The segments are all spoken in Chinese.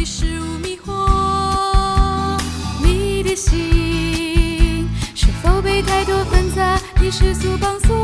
的事物迷惑，你的心是否被太多纷杂的世俗绑锁？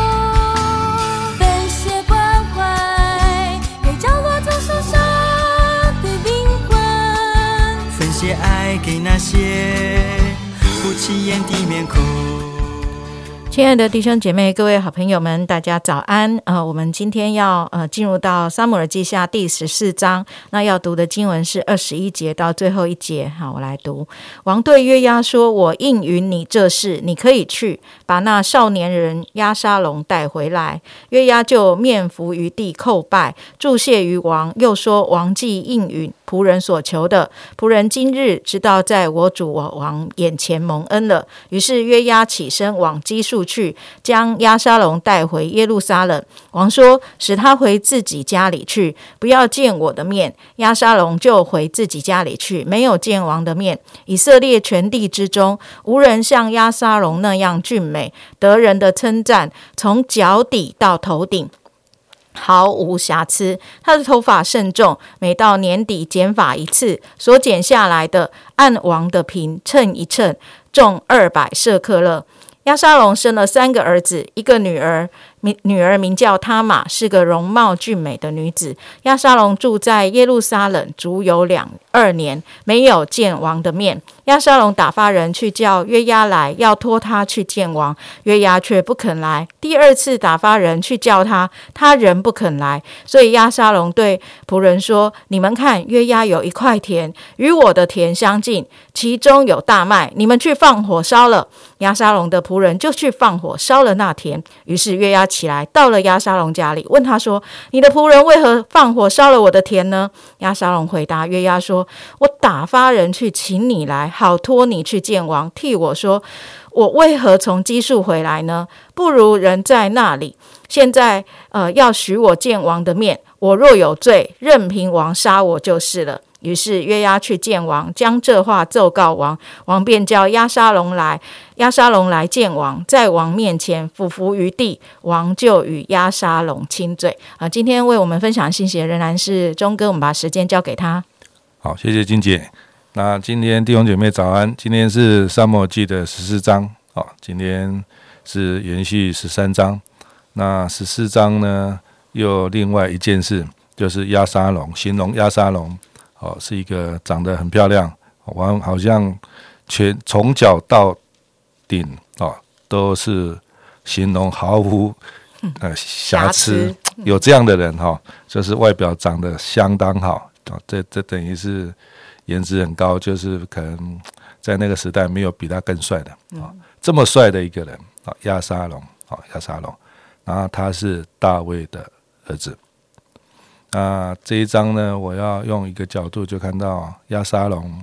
分些关怀给角落中受伤的灵魂， 分些爱给那些不起眼的面孔。 亲爱的弟兄姐妹，各位好朋友们，大家早安。我们今天要进入到撒母耳记下第14章，那要读的经文是21节到最后一节。好，我来读。王对约押说：“我应允你这事，你可以去把那少年人押沙龙带回来。”约押就面伏于地叩拜，祝谢于王，又说：“王既应允仆人所求的，仆人今日知道在我主我王眼前蒙恩了。”于是约押起身往基述去，将押沙龙带回耶路撒冷。王说：“使他回自己家里去，不要见我的面。”押沙龙就回自己家里去，没有见王的面。以色列全地之中，无人像押沙龙那样俊美，得人的称赞，从脚底到头顶毫无瑕疵。他的头发甚重，每到年底剪发一次，所剪下来的按王的平称一称，重200舍客勒。押沙龙生了3个儿子，一个女儿，女儿名叫他玛，是个容貌俊美的女子。押沙龙住在耶路撒冷足有2年，没有见王的面。押沙龙打发人去叫约押来，要托他去见王，约押却不肯来。第2次打发人去叫他，他仍不肯来。所以押沙龙对仆人说：“你们看，约押有一块田，与我的田相近，其中有大麦，你们去放火烧了。”押沙龙的仆人就去放火烧了那田。于是约押起来，到了押沙龙家里，问他说：“你的仆人为何放火烧了我的田呢？”押沙龙回答约押说：“我打发人去请你来，好托你去见王，替我说，我为何从基述回来呢？不如人在那里。现在要许我见王的面，我若有罪，任凭王杀我就是了。”于是约押去见王，将这话奏告王，王便叫押沙龙来。押沙龙来见王，在王面前俯伏于地，王就与押沙龙亲嘴。今天为我们分享信息的仍然是钟哥，我们把时间交给他。 好，谢谢金姐。那今天弟兄姐妹早安，今天是撒母耳记的14章，今天是延续13章。那14章呢，又另外一件事，就是押沙龙，形容押沙龙是一个长得很漂亮，好像从脚到顶都是形容毫无瑕疵，有这样的人就是外表长得相当好，这等于是颜值很高，就是可能在那个时代没有比他更帅的这么帅的一个人押沙龙，然后他是大卫的儿子。那这一章呢，我要用一个角度就看到押沙龙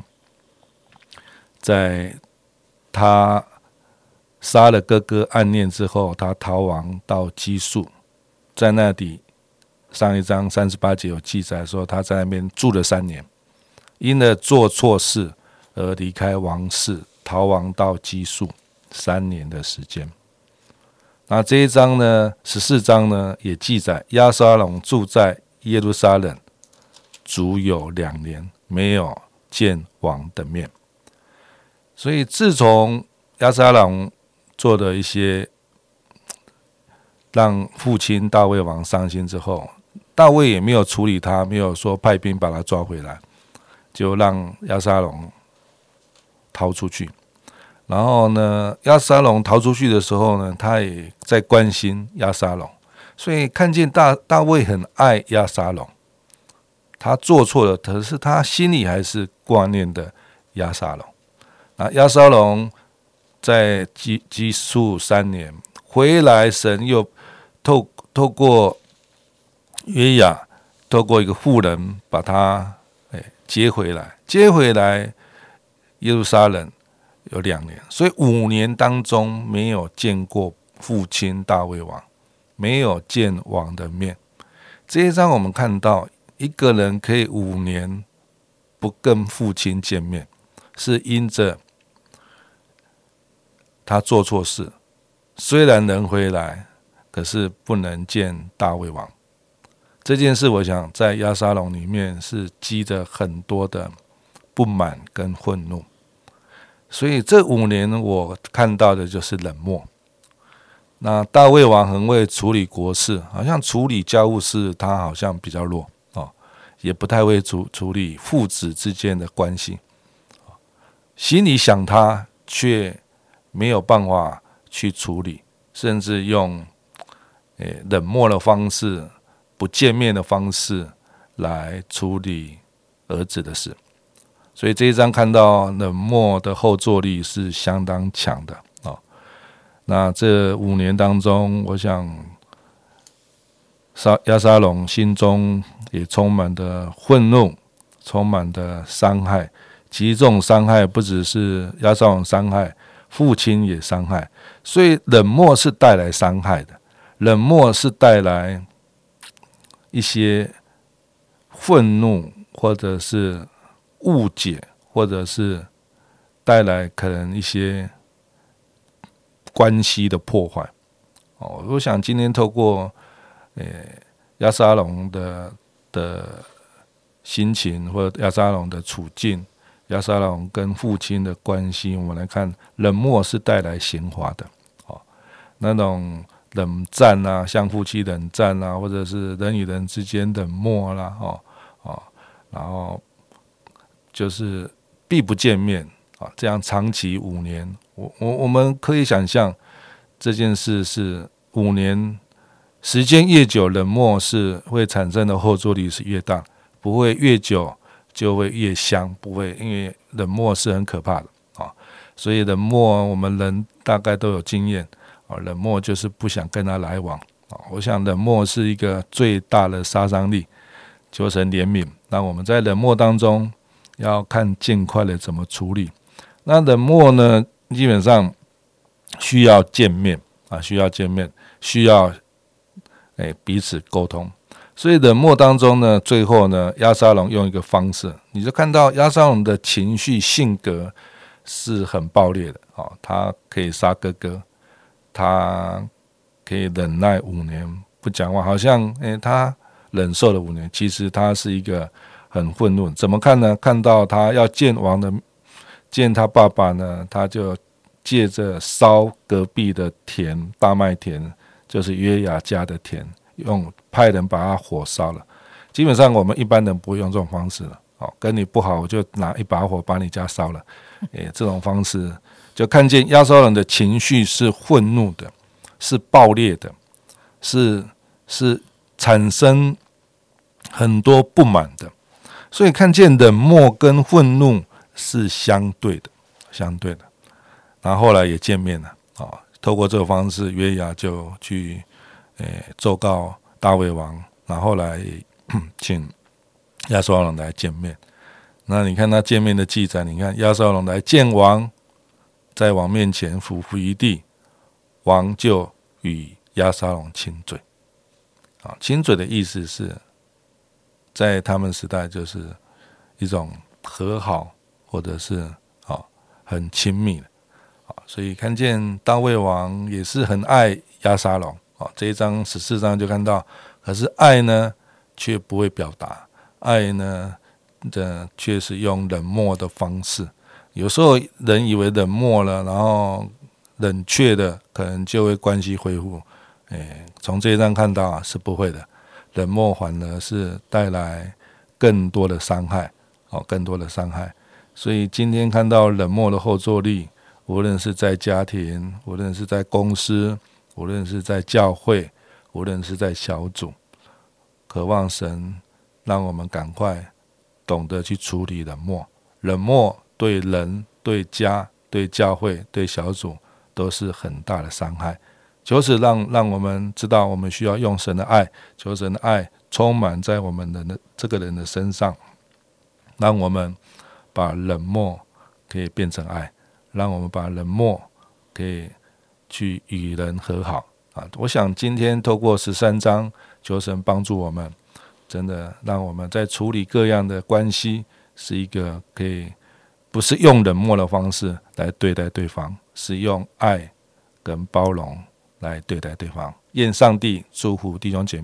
在他杀了哥哥暗念之后，他逃亡到基述，在那里上一章38节有记载说他在那边住了3年，因了做错事而离开王室，逃亡到基述3年的时间。那这一章呢，14章呢也记载押沙龙住在耶路撒冷足有2年，没有见王的面。所以自从押沙龙做的一些让父亲大卫王伤心之后，大卫也没有处理他，没有说派兵把他抓回来，就让押沙龙逃出去。然后呢，押沙龙逃出去的时候呢，他也在关心押沙龙，所以看见大卫很爱押沙龙，他做错了，可是他心里还是挂念的押沙龙。那押沙龙在基述3年回来，神又透过约押，透过一个妇人把他接回来耶路撒冷有2年，所以5年当中没有见过父亲大卫王，没有见王的面。这一章我们看到一个人可以5年不跟父亲见面，是因着他做错事，虽然人回来，可是不能见大卫王。 这件事我想在押沙龙里面是积着很多的不满跟愤怒，所以这5年我看到的就是冷漠。那大卫王很会处理国事，好像处理家务事他好像比较弱也不太会处理父子之间的关系，心里想他却没有办法去处理，甚至用冷漠的方式、不见面的方式来处理儿子的事。所以这一章看到冷漠的后坐力是相当强的那这5年当中，我想押沙龙心中也充满的愤怒，充满的伤害。其实这种伤害不只是押沙龙伤害，父亲也伤害。所以冷漠是带来伤害的，冷漠是带来一些愤怒，或者是误解，或者是带来可能一些关系的破坏我想今天透过押沙龙的心情，或者押沙龙的处境，押沙龙跟父亲的关系，我们来看冷漠是带来刑罚的那种冷战啊，像夫妻冷战啊，或者是人与人之间冷漠啦然后就是避不见面这样长期5年，我们可以想象这件事是5年，时间越久，冷漠是会产生的后坐力是越大，不会越久就会越香，不会，因为冷漠是很可怕的所以冷漠我们人大概都有经验冷漠就是不想跟他来往我想冷漠是一个最大的杀伤力，求神怜悯，那我们在冷漠当中要看尽快的怎么处理。那冷漠呢，基本上需要见面需要彼此沟通。所以冷漠当中呢，最后呢，押沙龙用一个方式，你就看到押沙龙的情绪性格是很暴烈的他可以杀哥哥，他可以忍耐5年不讲话，好像他忍受了5年，其实他是一个很愤怒。怎么看呢？看到他要见他爸爸呢，他就借着烧隔壁的田，大麦田，就是约雅家的田，派人把他火烧了。基本上我们一般人不会用这种方式了跟你不好，我就拿一把火把你家烧了这种方式就看见押沙龙的情绪是愤怒的，是暴烈的，是产生很多不满的。所以看见冷漠跟愤怒是相对的。然后后来也见面了透过这个方式，约雅就去奏告大卫王，然后来请押沙龙来见面。那你看他见面的记载，你看押沙龙来见王，在王面前俯伏于地，王就与押沙龙亲嘴亲嘴的意思是在他们时代就是一种和好，或者是很亲密的所以看见大卫王也是很爱押沙龙这一章14章就看到，可是爱呢却不会表达，爱呢却是用冷漠的方式。有时候人以为冷漠了，然后冷却的可能就会关系恢复从这一章看到是不会的，冷漠反而是带来更多的伤害所以今天看到冷漠的后坐力，无论是在家庭，无论是在公司，无论是在教会，无论是在小组，渴望神让我们赶快懂得去处理冷漠。冷漠对人、对家、对教会、对小组都是很大的伤害。求此让我们知道，我们需要用神的爱，求神的爱充满在我们的这个人的身上，让我们把冷漠可以变成爱，让我们把冷漠可以去与人和好我想今天透过13章，求神帮助我们，真的让我们在处理各样的关系，是一个可以不是用冷漠的方式来对待对方，是用爱跟包容来对待对方。愿上帝祝福弟兄姐妹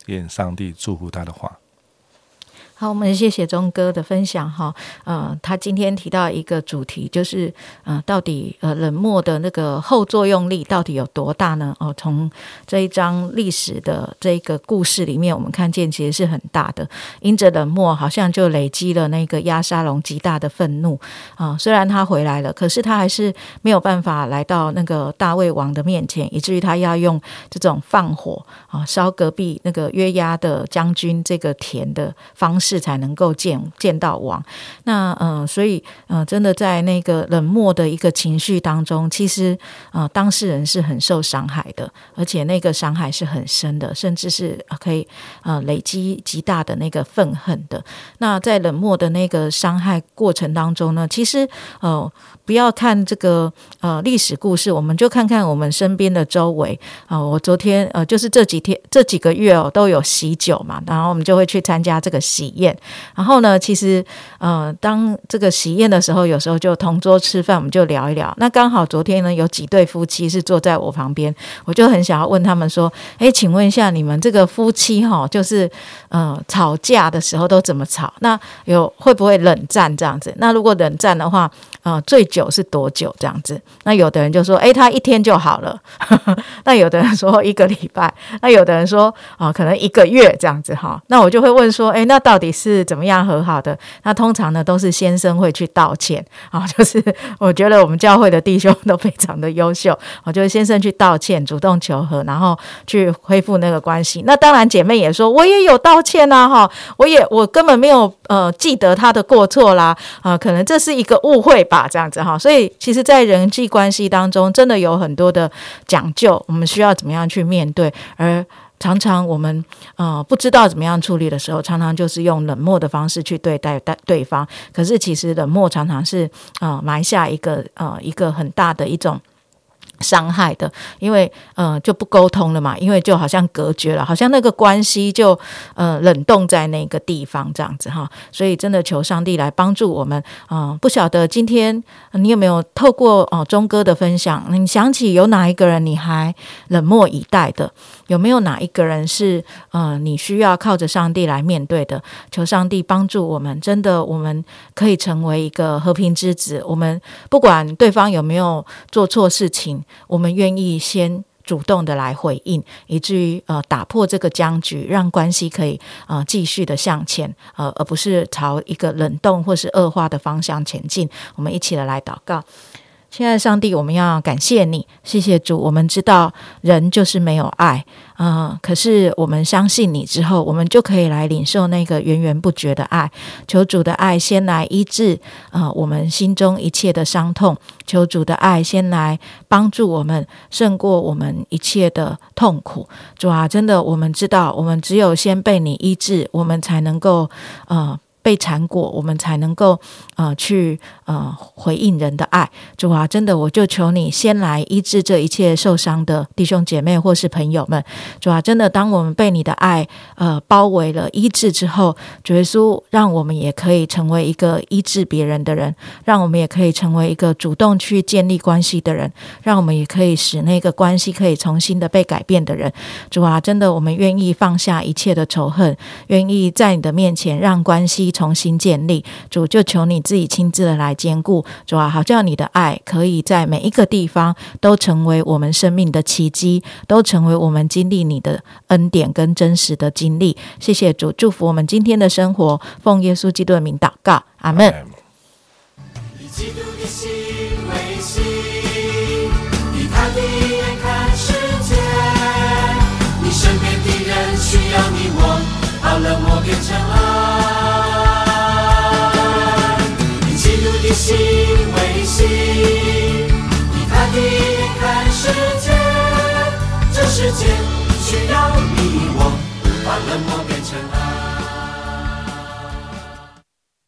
愿上帝祝福他的话。 好，我们谢谢钟哥的分享哈。他今天提到一个主题，就是到底冷漠的那个后作用力到底有多大呢？从这一章历史的这个故事里面，我们看见其实是很大的。因着冷漠，好像就累积了那个押沙龙极大的愤怒虽然他回来了，可是他还是没有办法来到那个大卫王的面前，以至于他要用这种放火烧隔壁那个约押的将军这个田的方式才能够见到王。那所以真的在那个冷漠的一个情绪当中，其实当事人是很受伤害的，而且那个伤害是很深的，甚至是可以累积极大的那个愤恨的。那在冷漠的那个伤害过程当中呢，其实不要看这个历史故事，我们就看看我们身边的周围我昨天就是这几个月都有喜酒嘛，然后我们就会去参加这个喜宴。然后呢，其实当这个喜宴的时候，有时候就同桌吃饭，我们就聊一聊。那刚好昨天呢，有几对夫妻是坐在我旁边，我就很想要问他们说，请问一下你们这个夫妻就是吵架的时候都怎么吵？那会不会冷战这样子？那如果冷战的话最久是多久这样子？那有的人就说他一天就好了那有的人说1个礼拜，那有的人说可能1个月这样子那我就会问说那到底是怎么样和好的？那通常呢都是先生会去道歉就是我觉得我们教会的弟兄都非常的优秀就是先生去道歉，主动求和，然后去恢复那个关系。那当然姐妹也说我也有道歉啊我根本没有记得他的过错啦可能这是一个误会吧这样子所以其实在人际关系当中真的有很多的讲究，我们需要怎么样去面对，而常常我们不知道怎么样处理的时候，常常就是用冷漠的方式去对待对方。可是其实冷漠常常是埋下一个很大的一种伤害的，因为就不沟通了嘛，因为就好像隔绝了，好像那个关系就冷冻在那个地方这样子所以真的求上帝来帮助我们不晓得今天你有没有透过钟哥的分享，你想起有哪一个人你还冷漠以待的？有没有哪一个人是你需要靠着上帝来面对的？求上帝帮助我们，真的我们可以成为一个和平之子。我们不管对方有没有做错事情，我们愿意先主动的来回应，以至于打破这个僵局，让关系可以继续的向前而不是朝一个冷冻或是恶化的方向前进。我们一起来祷告。亲爱的上帝，我们要感谢你，谢谢主。我们知道人就是没有爱可是我们相信你之后，我们就可以来领受那个源源不绝的爱。求主的爱先来医治我们心中一切的伤痛，求主的爱先来帮助我们胜过我们一切的痛苦。主啊，真的我们知道，我们只有先被你医治，我们才能够被缠裹，我们才能够去回应人的爱。主啊，真的我就求你先来医治这一切受伤的弟兄姐妹或是朋友们。主啊，真的当我们被你的爱包围了医治之后，主耶稣让我们也可以成为一个医治别人的人，让我们也可以成为一个主动去建立关系的人，让我们也可以使那个关系可以重新的被改变的人。主啊，真的我们愿意放下一切的仇恨，愿意在你的面前让关系重新建立。主，就求你自己亲自的来坚固。主啊，好叫你的爱可以在每一个地方都成为我们生命的奇迹，都成为我们经历你的恩典跟真实的经历。谢谢主，祝福我们今天的生活，奉耶稣基督的名祷告，阿们。 以基督的心为心，以他的眼看世界，你身边的人需要你我，把冷漠变成爱。以基督的心